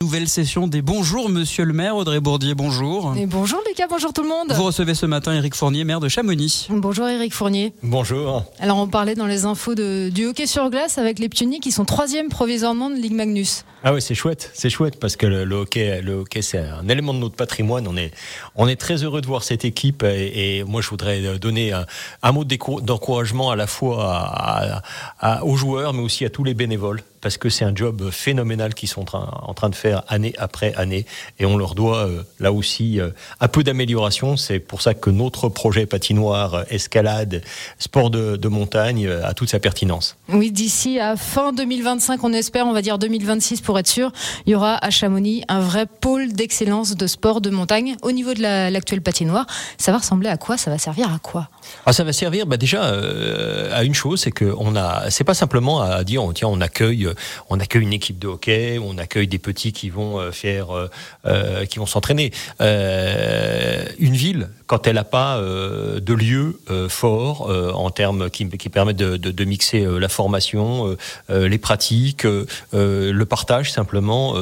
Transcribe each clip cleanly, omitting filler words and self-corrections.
Nouvelle session des bonjours, monsieur le maire. Audrey Bourdier, bonjour. Et bonjour Lucas, bonjour tout le monde. Vous recevez ce matin Éric Fournier, maire de Chamonix. Bonjour Éric Fournier. Bonjour. Alors on parlait dans les infos du hockey sur glace avec les pionniers qui sont 3e provisoirement de Ligue Magnus. Ah oui, c'est chouette parce que le hockey c'est un élément de notre patrimoine. On est très heureux de voir cette équipe et moi je voudrais donner un mot d'encouragement à la fois aux joueurs mais aussi à tous les bénévoles. Parce que c'est un job phénoménal qu'ils sont en train de faire année après année. Et on leur doit là aussi un peu d'amélioration. C'est pour ça que notre projet patinoire, escalade, sport de montagne a toute sa pertinence. Oui, d'ici à fin 2025, on espère, on va dire 2026 pour être sûr, il y aura à Chamonix un vrai pôle d'excellence de sport de montagne. Au niveau de l'actuelle patinoire, ça va ressembler à quoi ? Ça va servir à quoi ? Ça va servir déjà à une chose, c'est que c'est pas simplement à dire tiens, on accueille une équipe de hockey, on accueille des petits qui vont qui vont s'entraîner. Une ville, quand elle n'a pas de lieu fort en termes qui permettent de mixer la formation, les pratiques, le partage simplement,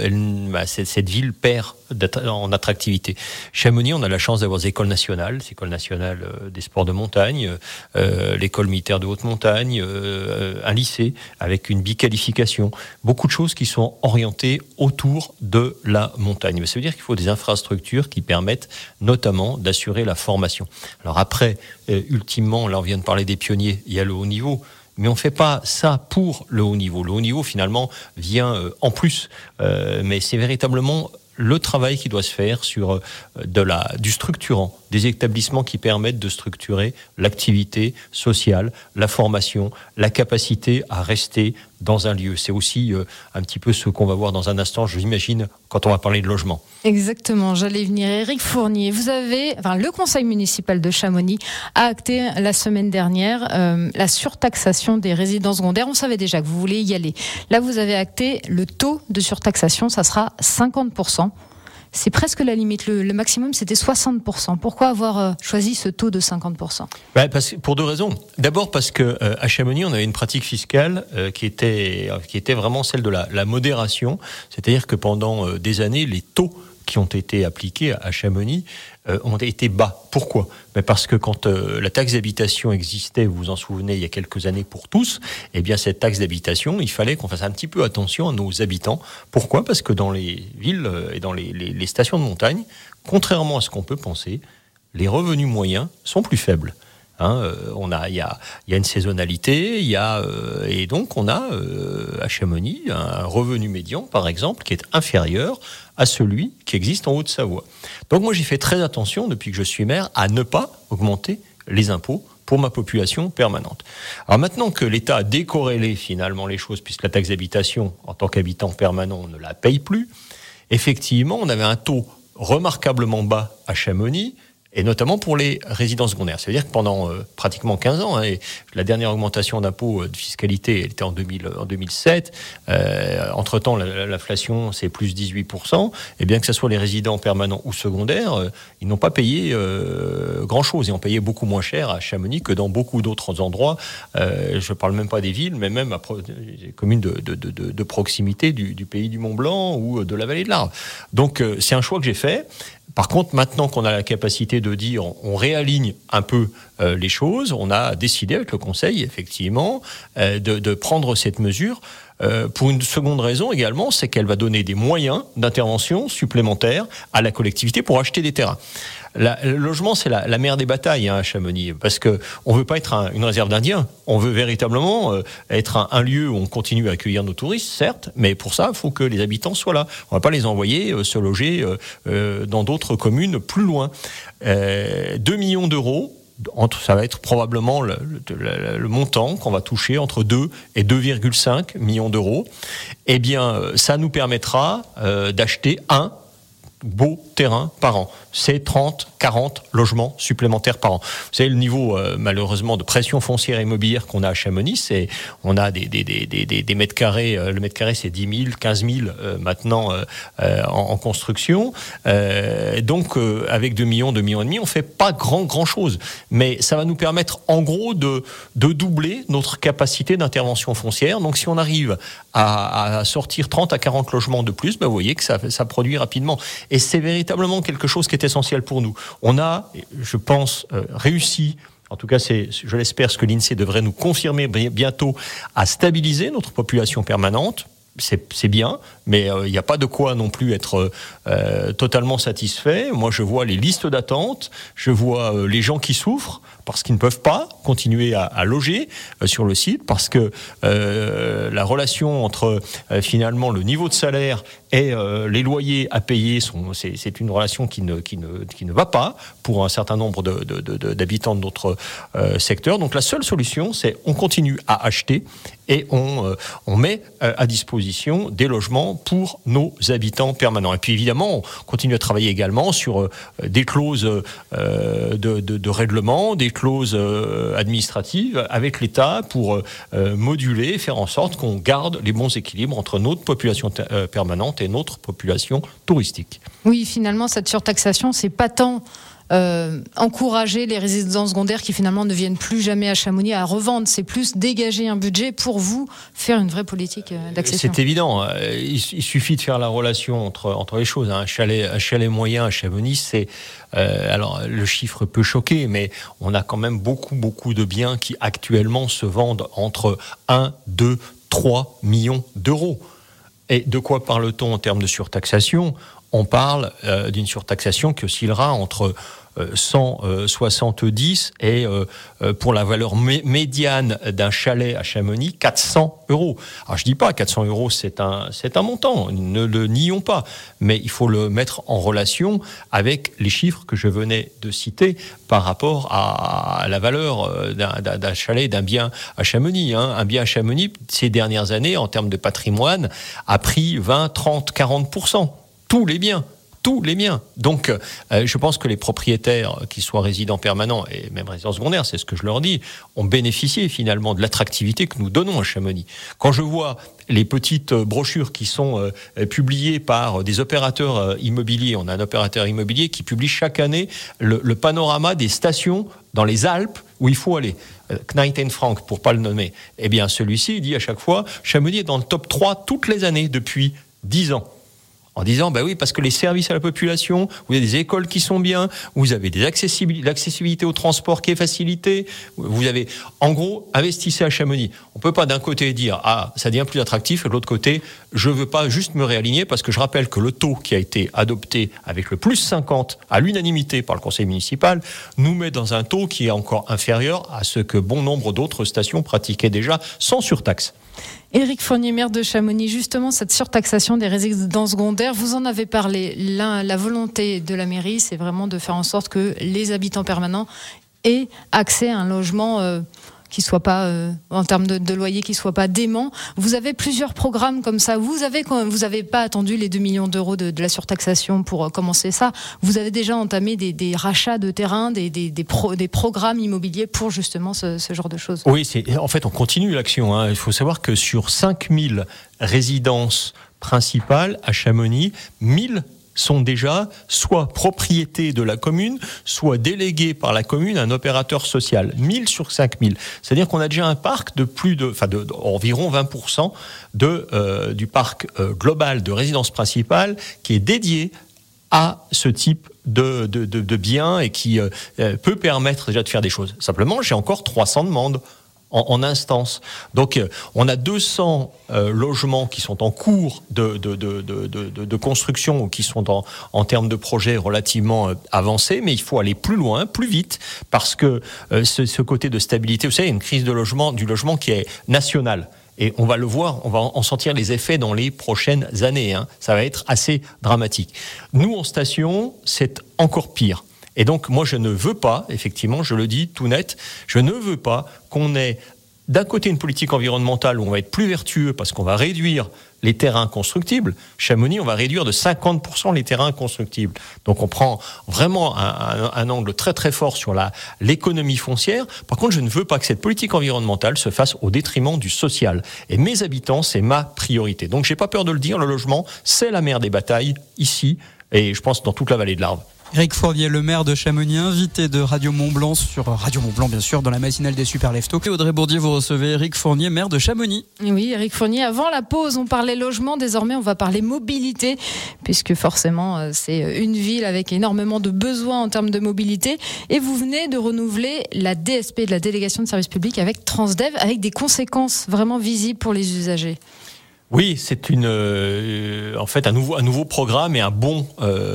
cette ville perd en attractivité. Chamonix, on a la chance d'avoir des écoles nationales, des sports de montagne, l'école militaire de haute montagne, un lycée avec une biqualification, beaucoup de choses qui sont orientées autour de la montagne. Mais ça veut dire qu'il faut des infrastructures qui permettent notamment d'assurer la formation. Alors après, ultimement, là on vient de parler des pionniers, il y a le haut niveau. Mais on ne fait pas ça pour le haut niveau. Le haut niveau, finalement, vient en plus. Mais c'est véritablement le travail qui doit se faire sur du structurant, des établissements qui permettent de structurer l'activité sociale, la formation, la capacité à rester dans un lieu. C'est aussi un petit peu ce qu'on va voir dans un instant, je l'imagine, quand on va parler de logement. Exactement, j'allais venir. Éric Fournier, le conseil municipal de Chamonix a acté la semaine dernière la surtaxation des résidences secondaires. On savait déjà que vous vouliez y aller. Là, vous avez acté le taux de surtaxation, ça sera 50%. C'est presque la limite. Le maximum, c'était 60%. Pourquoi avoir choisi ce taux de 50% ? Pour deux raisons. D'abord parce que à Chamonix, on avait une pratique fiscale qui était vraiment celle de la modération. C'est-à-dire que pendant des années, les taux qui ont été appliqués à Chamonix ont été bas. Pourquoi ? Parce que quand la taxe d'habitation existait, vous vous en souvenez, il y a quelques années pour tous, eh bien cette taxe d'habitation, il fallait qu'on fasse un petit peu attention à nos habitants. Pourquoi ? Parce que dans les villes et dans les stations de montagne, contrairement à ce qu'on peut penser, les revenus moyens sont plus faibles. Il y a une saisonnalité, et donc on a à Chamonix un revenu médian, par exemple, qui est inférieur à celui qui existe en Haute-Savoie. Donc moi j'ai fait très attention depuis que je suis maire à ne pas augmenter les impôts pour ma population permanente. Alors maintenant que l'État a décorrélé finalement les choses, puisque la taxe d'habitation en tant qu'habitant permanent on ne la paye plus, effectivement on avait un taux remarquablement bas à Chamonix, et notamment pour les résidences secondaires. Ça veut dire que pendant pratiquement 15 ans, et la dernière augmentation d'impôt de fiscalité, elle était en 2007, entre-temps, l'inflation, c'est plus 18%, et bien que ce soit les résidents permanents ou secondaires, ils n'ont pas payé grand-chose, et ont payé beaucoup moins cher à Chamonix que dans beaucoup d'autres endroits. Je ne parle même pas des villes, mais même des communes de proximité du pays du Mont-Blanc ou de la vallée de l'Arve. Donc, c'est un choix que j'ai fait. Par contre, maintenant qu'on a la capacité de dire, on réaligne un peu les choses, on a décidé avec le Conseil, effectivement, de prendre cette mesure. Pour une seconde raison également, c'est qu'elle va donner des moyens d'intervention supplémentaires à la collectivité pour acheter des terrains. Le logement, c'est la mère des batailles à Chamonix, parce que on veut pas être une réserve d'Indiens. On veut véritablement être un lieu où on continue à accueillir nos touristes, certes, mais pour ça, il faut que les habitants soient là. On va pas les envoyer se loger dans d'autres communes plus loin. 2 millions d'euros. Ça va être probablement le montant qu'on va toucher entre 2 et 2,5 millions d'euros. Eh bien, ça nous permettra d'acheter beaux terrains par an. C'est 30, 40 logements supplémentaires par an. Vous savez, le niveau, malheureusement, de pression foncière immobilière qu'on a à Chamonix, on a des mètres carrés, le mètre carré, c'est 10 000, 15 000 maintenant en construction. Donc, avec 2 millions et demi, on fait pas grand chose. Mais ça va nous permettre, en gros, de doubler notre capacité d'intervention foncière. Donc, si on arrive à sortir 30 à 40 logements de plus, vous voyez que ça produit rapidement. Et c'est véritablement quelque chose qui est essentiel pour nous. On a, je pense, réussi, en tout cas je l'espère, ce que l'INSEE devrait nous confirmer bientôt, à stabiliser notre population permanente. C'est bien, mais il n'y a pas de quoi non plus être totalement satisfait. Moi, je vois les listes d'attente, je vois les gens qui souffrent parce qu'ils ne peuvent pas continuer à loger sur le site, parce que la relation entre finalement le niveau de salaire et les loyers à payer, c'est une relation qui ne va pas pour un certain nombre d'habitants de notre secteur. Donc la seule solution, c'est on continue à acheter et on met à disposition des logements pour nos habitants permanents. Et puis évidemment, on continue à travailler également sur des clauses de règlement, des clauses administratives avec l'État pour moduler, faire en sorte qu'on garde les bons équilibres entre notre population permanente et notre population touristique. Oui, finalement, cette surtaxation, c'est pas tant encourager les résidences secondaires qui finalement ne viennent plus jamais à Chamonix à revendre, c'est plus dégager un budget pour vous faire une vraie politique d'accession. C'est évident, il suffit de faire la relation entre les choses. Un chalet moyen à Chamonix, c'est alors le chiffre peut choquer, mais on a quand même beaucoup de biens qui actuellement se vendent entre 1, 2, 3 millions d'euros. Et de quoi parle-t-on en termes de surtaxation ? On parle d'une surtaxation qui oscillera entre 170 et pour la valeur médiane d'un chalet à Chamonix, 400 euros. Alors je dis pas 400 euros, c'est un montant, ne le nions pas, mais il faut le mettre en relation avec les chiffres que je venais de citer par rapport à la valeur d'un chalet, d'un bien à Chamonix. Un bien à Chamonix, ces dernières années, en termes de patrimoine, a pris 20, 30, 40%. Tous les biens. Donc, je pense que les propriétaires, qu'ils soient résidents permanents et même résidents secondaires, c'est ce que je leur dis, ont bénéficié finalement de l'attractivité que nous donnons à Chamonix. Quand je vois les petites brochures qui sont publiées par des opérateurs immobiliers, on a un opérateur immobilier qui publie chaque année le panorama des stations dans les Alpes où il faut aller. Knight & Frank, pour pas le nommer. Eh bien, celui-ci, il dit à chaque fois, Chamonix est dans le top 3 toutes les années depuis 10 ans. En disant, oui, parce que les services à la population, vous avez des écoles qui sont bien, vous avez l'accessibilité au transport qui est facilitée, vous avez, en gros, investissez à Chamonix. On peut pas d'un côté dire, ça devient plus attractif, et de l'autre côté, je veux pas juste me réaligner, parce que je rappelle que le taux qui a été adopté avec le plus 50 à l'unanimité par le conseil municipal, nous met dans un taux qui est encore inférieur à ce que bon nombre d'autres stations pratiquaient déjà sans surtaxe. Éric Fournier, maire de Chamonix, justement, cette surtaxation des résidences secondaires, vous en avez parlé. La volonté de la mairie, c'est vraiment de faire en sorte que les habitants permanents aient accès à un logement qui soit pas, en termes de loyer, qui soit pas dément. Vous avez plusieurs programmes comme ça. Vous avez pas attendu les 2 millions d'euros de la surtaxation pour commencer ça. Vous avez déjà entamé des rachats de terrain, des programmes immobiliers pour justement ce genre de choses. Oui, en fait, on continue l'action. Il faut savoir que sur 5000 résidences principales à Chamonix, 1000 sont déjà soit propriété de la commune, soit délégués par la commune à un opérateur social. 1000 sur 5000. C'est-à-dire qu'on a déjà un parc de environ 20% du parc global de résidence principale qui est dédié à ce type de biens et qui peut permettre déjà de faire des choses. Simplement, j'ai encore 300 demandes en instance. Donc, on a 200 logements qui sont en cours de construction ou qui sont en termes de projets relativement avancés, mais il faut aller plus loin, plus vite, parce que ce côté de stabilité, vous savez, il y a une crise du logement qui est nationale. Et on va le voir, on va en sentir les effets dans les prochaines années. Ça va être assez dramatique. Nous, en station, c'est encore pire. Et donc, moi, je ne veux pas, effectivement, je le dis tout net, je ne veux pas qu'on ait d'un côté une politique environnementale où on va être plus vertueux parce qu'on va réduire les terrains constructibles. Chamonix, on va réduire de 50% les terrains constructibles. Donc on prend vraiment un angle très très fort sur l'économie foncière. Par contre, je ne veux pas que cette politique environnementale se fasse au détriment du social. Et mes habitants, c'est ma priorité. Donc j'ai pas peur de le dire, le logement, c'est la mère des batailles ici et je pense dans toute la vallée de l'Arve. Éric Fournier, le maire de Chamonix, invité de Radio Mont-Blanc sur Radio Mont-Blanc, bien sûr, dans la matinale des Super Leftos. Et Audrey Bourdier, vous recevez Éric Fournier, maire de Chamonix. Oui, Éric Fournier, avant la pause, on parlait logement, désormais on va parler mobilité, puisque forcément c'est une ville avec énormément de besoins en termes de mobilité. Et vous venez de renouveler la DSP, de la délégation de service public, avec Transdev, avec des conséquences vraiment visibles pour les usagers. Oui, c'est en fait un nouveau programme et un bond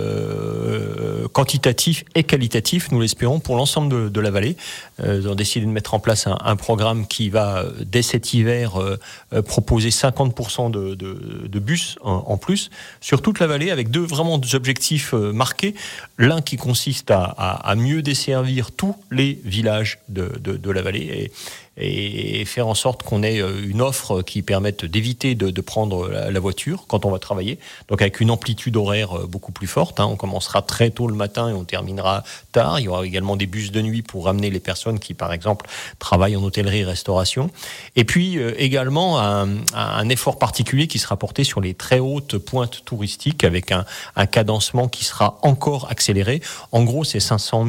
quantitatif et qualitatif, nous l'espérons, pour l'ensemble de la vallée. Ils ont décidé de mettre en place un programme qui va, dès cet hiver, proposer 50% de bus en plus sur toute la vallée, avec deux objectifs marqués. L'un qui consiste à mieux desservir tous les villages de la vallée et faire en sorte qu'on ait une offre qui permette d'éviter de prendre la voiture quand on va travailler. Donc avec une amplitude horaire beaucoup plus forte. On commencera très tôt le matin et on terminera tard. Il y aura également des bus de nuit pour ramener les personnes qui, par exemple, travaillent en hôtellerie-restauration. Et puis également un effort particulier qui sera porté sur les très hautes pointes touristiques avec un cadencement qui sera encore accéléré. En gros, c'est 500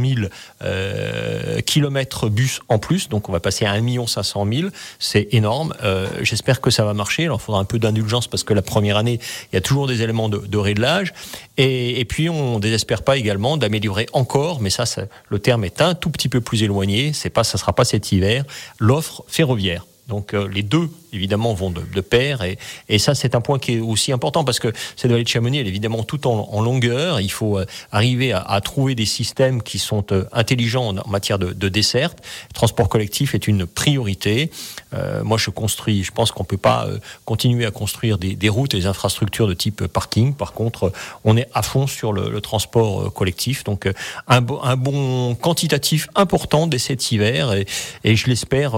000 kilomètres bus en plus. Donc on va passer à 1 500 000, c'est énorme. J'espère que ça va marcher. Alors, il faudra un peu d'indulgence parce que la première année, il y a toujours des éléments de réglage. Et puis, on ne désespère pas également d'améliorer encore, mais ça, le terme est un tout petit peu plus éloigné. Ça sera pas cet hiver, l'offre ferroviaire. Donc les deux, évidemment, vont de pair. Et ça, c'est un point qui est aussi important parce que cette vallée de Chamonix, elle est évidemment tout en longueur. Il faut arriver à trouver des systèmes qui sont intelligents en matière de desserte. Le transport collectif est une priorité. Moi, je pense qu'on ne peut pas continuer à construire des routes et des infrastructures de type parking. Par contre, on est à fond sur le transport collectif. Donc, un bon quantitatif important dès cet hiver. Et je l'espère,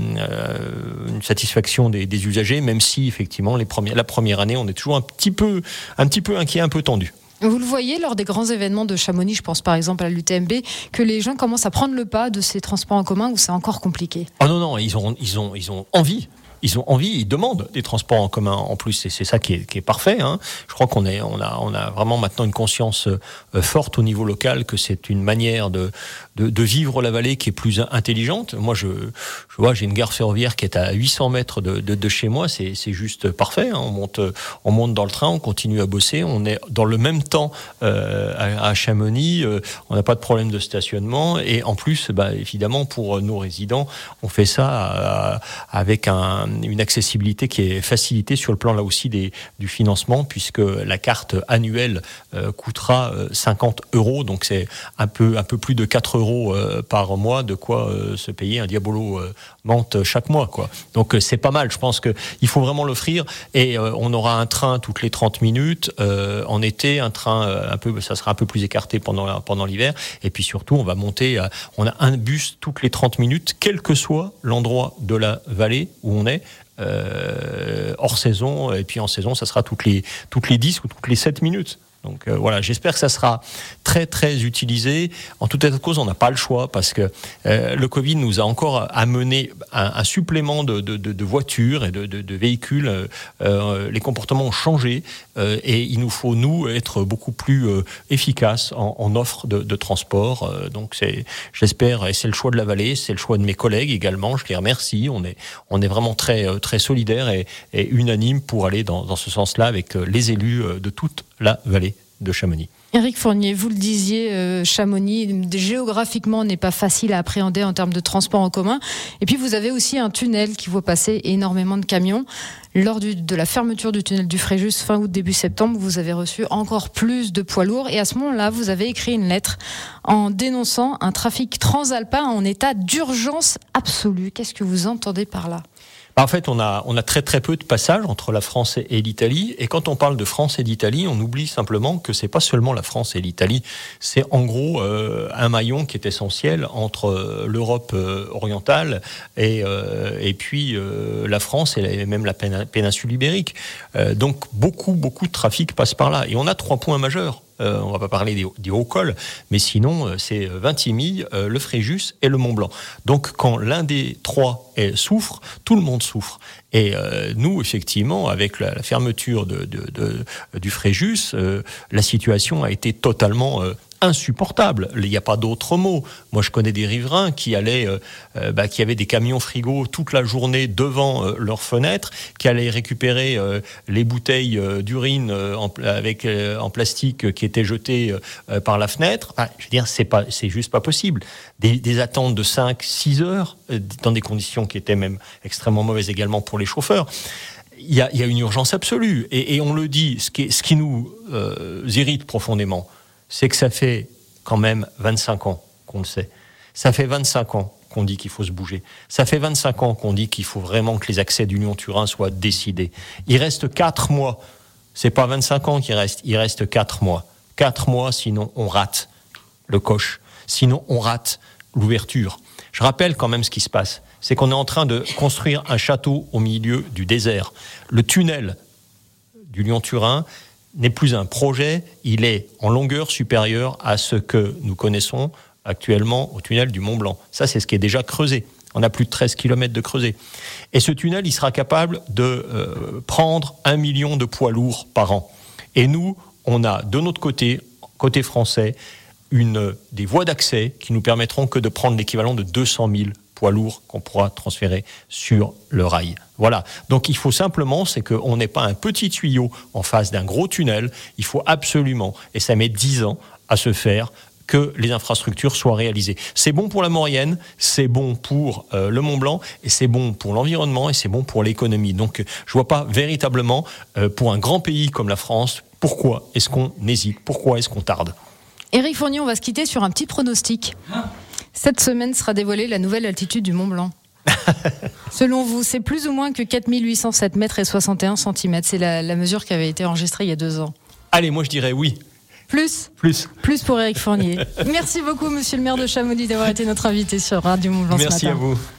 une satisfaction des usagers, même si effectivement la première année, on est toujours un petit peu inquiet, un peu tendu. Vous le voyez lors des grands événements de Chamonix, je pense par exemple à l'UTMB, que les gens commencent à prendre le pas de ces transports en commun où c'est encore compliqué. Oh non, ils ont envie. Ils ont envie, ils demandent des transports en commun en plus, et c'est ça qui est parfait. Je crois qu'on a vraiment maintenant une conscience forte au niveau local que c'est une manière de vivre la vallée qui est plus intelligente. Moi, je vois, j'ai une gare ferroviaire qui est à 800 mètres de chez moi, c'est juste parfait. On monte dans le train, on continue à bosser, on est dans le même temps à Chamonix, on n'a pas de problème de stationnement, et en plus, évidemment, pour nos résidents, on fait ça avec une accessibilité qui est facilitée sur le plan là aussi du financement, puisque la carte annuelle coûtera 50 €, donc c'est un peu plus de 4 € par mois, de quoi se payer un diabolo menthe chaque mois, quoi. Donc c'est pas mal, je pense qu'il faut vraiment l'offrir, et on aura un train toutes les 30 minutes en été, un train ça sera un peu plus écarté pendant l'hiver, et puis surtout on a un bus toutes les 30 minutes, quel que soit l'endroit de la vallée où on est, hors saison, et puis en saison ça sera toutes les 10 ou toutes les 7 minutes. Donc voilà, j'espère que ça sera très très utilisé. En tout état de cause, on n'a pas le choix parce que le Covid nous a encore amené un supplément de voitures et de véhicules. Les comportements ont changé et il nous faut, nous, être beaucoup plus efficaces en offre de transport. Donc j'espère, et c'est le choix de la vallée, c'est le choix de mes collègues également. Je les remercie. On est vraiment très très solidaires et unanimes pour aller dans ce sens-là avec les élus de toute la vallée de Chamonix. Éric Fournier, vous le disiez, Chamonix, géographiquement, n'est pas facile à appréhender en termes de transport en commun. Et puis, vous avez aussi un tunnel qui voit passer énormément de camions. Lors de la fermeture du tunnel du Fréjus, fin août, début septembre, vous avez reçu encore plus de poids lourds. Et à ce moment-là, vous avez écrit une lettre en dénonçant un trafic transalpin en état d'urgence absolue. Qu'est-ce que vous entendez par là ? En fait, on a très très peu de passages entre la France et l'Italie. Et quand on parle de France et d'Italie, on oublie simplement que c'est pas seulement la France et l'Italie. C'est en gros un maillon qui est essentiel entre l'Europe orientale et puis la France et même la péninsule ibérique. Donc beaucoup de trafic passe par là. Et on a 3 points majeurs. On va pas parler des hauts cols, mais sinon c'est Vintimille, le Fréjus et le Mont Blanc. Donc quand l'un des 3 souffre, tout le monde souffre. Et nous, effectivement, avec la fermeture du Fréjus, la situation a été totalement insupportable. Il n'y a pas d'autre mot. Moi, je connais des riverains qui qui avaient des camions frigo toute la journée devant leurs fenêtres, qui allaient récupérer les bouteilles d'urine en plastique qui étaient jetées par la fenêtre. Enfin, je veux dire, c'est juste pas possible. Des attentes de 5-6 heures dans des conditions qui étaient même extrêmement mauvaises également pour les chauffeurs. Il y a une urgence absolue. Et on le dit, ce qui nous irrite profondément, c'est que ça fait quand même 25 ans qu'on le sait. Ça fait 25 ans qu'on dit qu'il faut se bouger. Ça fait 25 ans qu'on dit qu'il faut vraiment que les accès du Lyon-Turin soient décidés. Il reste 4 mois. C'est pas 25 ans qu'il reste, il reste 4 mois. 4 mois, sinon on rate le coche. Sinon on rate l'ouverture. Je rappelle quand même ce qui se passe. C'est qu'on est en train de construire un château au milieu du désert. Le tunnel du Lyon-Turin n'est plus un projet, il est en longueur supérieure à ce que nous connaissons actuellement au tunnel du Mont Blanc. Ça, c'est ce qui est déjà creusé. On a plus de 13 km de creusé. Et ce tunnel, il sera capable de prendre 1 million de poids lourds par an. Et nous, on a de notre côté français, des voies d'accès qui nous permettront que de prendre l'équivalent de 200 000 poids lourds qu'on pourra transférer sur le rail. Voilà. Donc il faut simplement, c'est qu'on n'ait pas un petit tuyau en face d'un gros tunnel. Il faut absolument, et ça met 10 ans à se faire, que les infrastructures soient réalisées. C'est bon pour la Maurienne, c'est bon pour le Mont Blanc, et c'est bon pour l'environnement, et c'est bon pour l'économie. Donc je vois pas véritablement, pour un grand pays comme la France, pourquoi est-ce qu'on hésite, pourquoi est-ce qu'on tarde. Éric Fournier, on va se quitter sur un petit pronostic. Cette semaine sera dévoilée la nouvelle altitude du Mont Blanc. Selon vous, c'est plus ou moins que 4807 mètres et 61 cm. C'est la mesure qui avait été enregistrée il y a 2 ans. Allez, moi je dirais oui. Plus pour Éric Fournier. Merci beaucoup, monsieur le maire de Chamonix, d'avoir été notre invité sur Radio Mont Blanc ce matin. Merci à vous.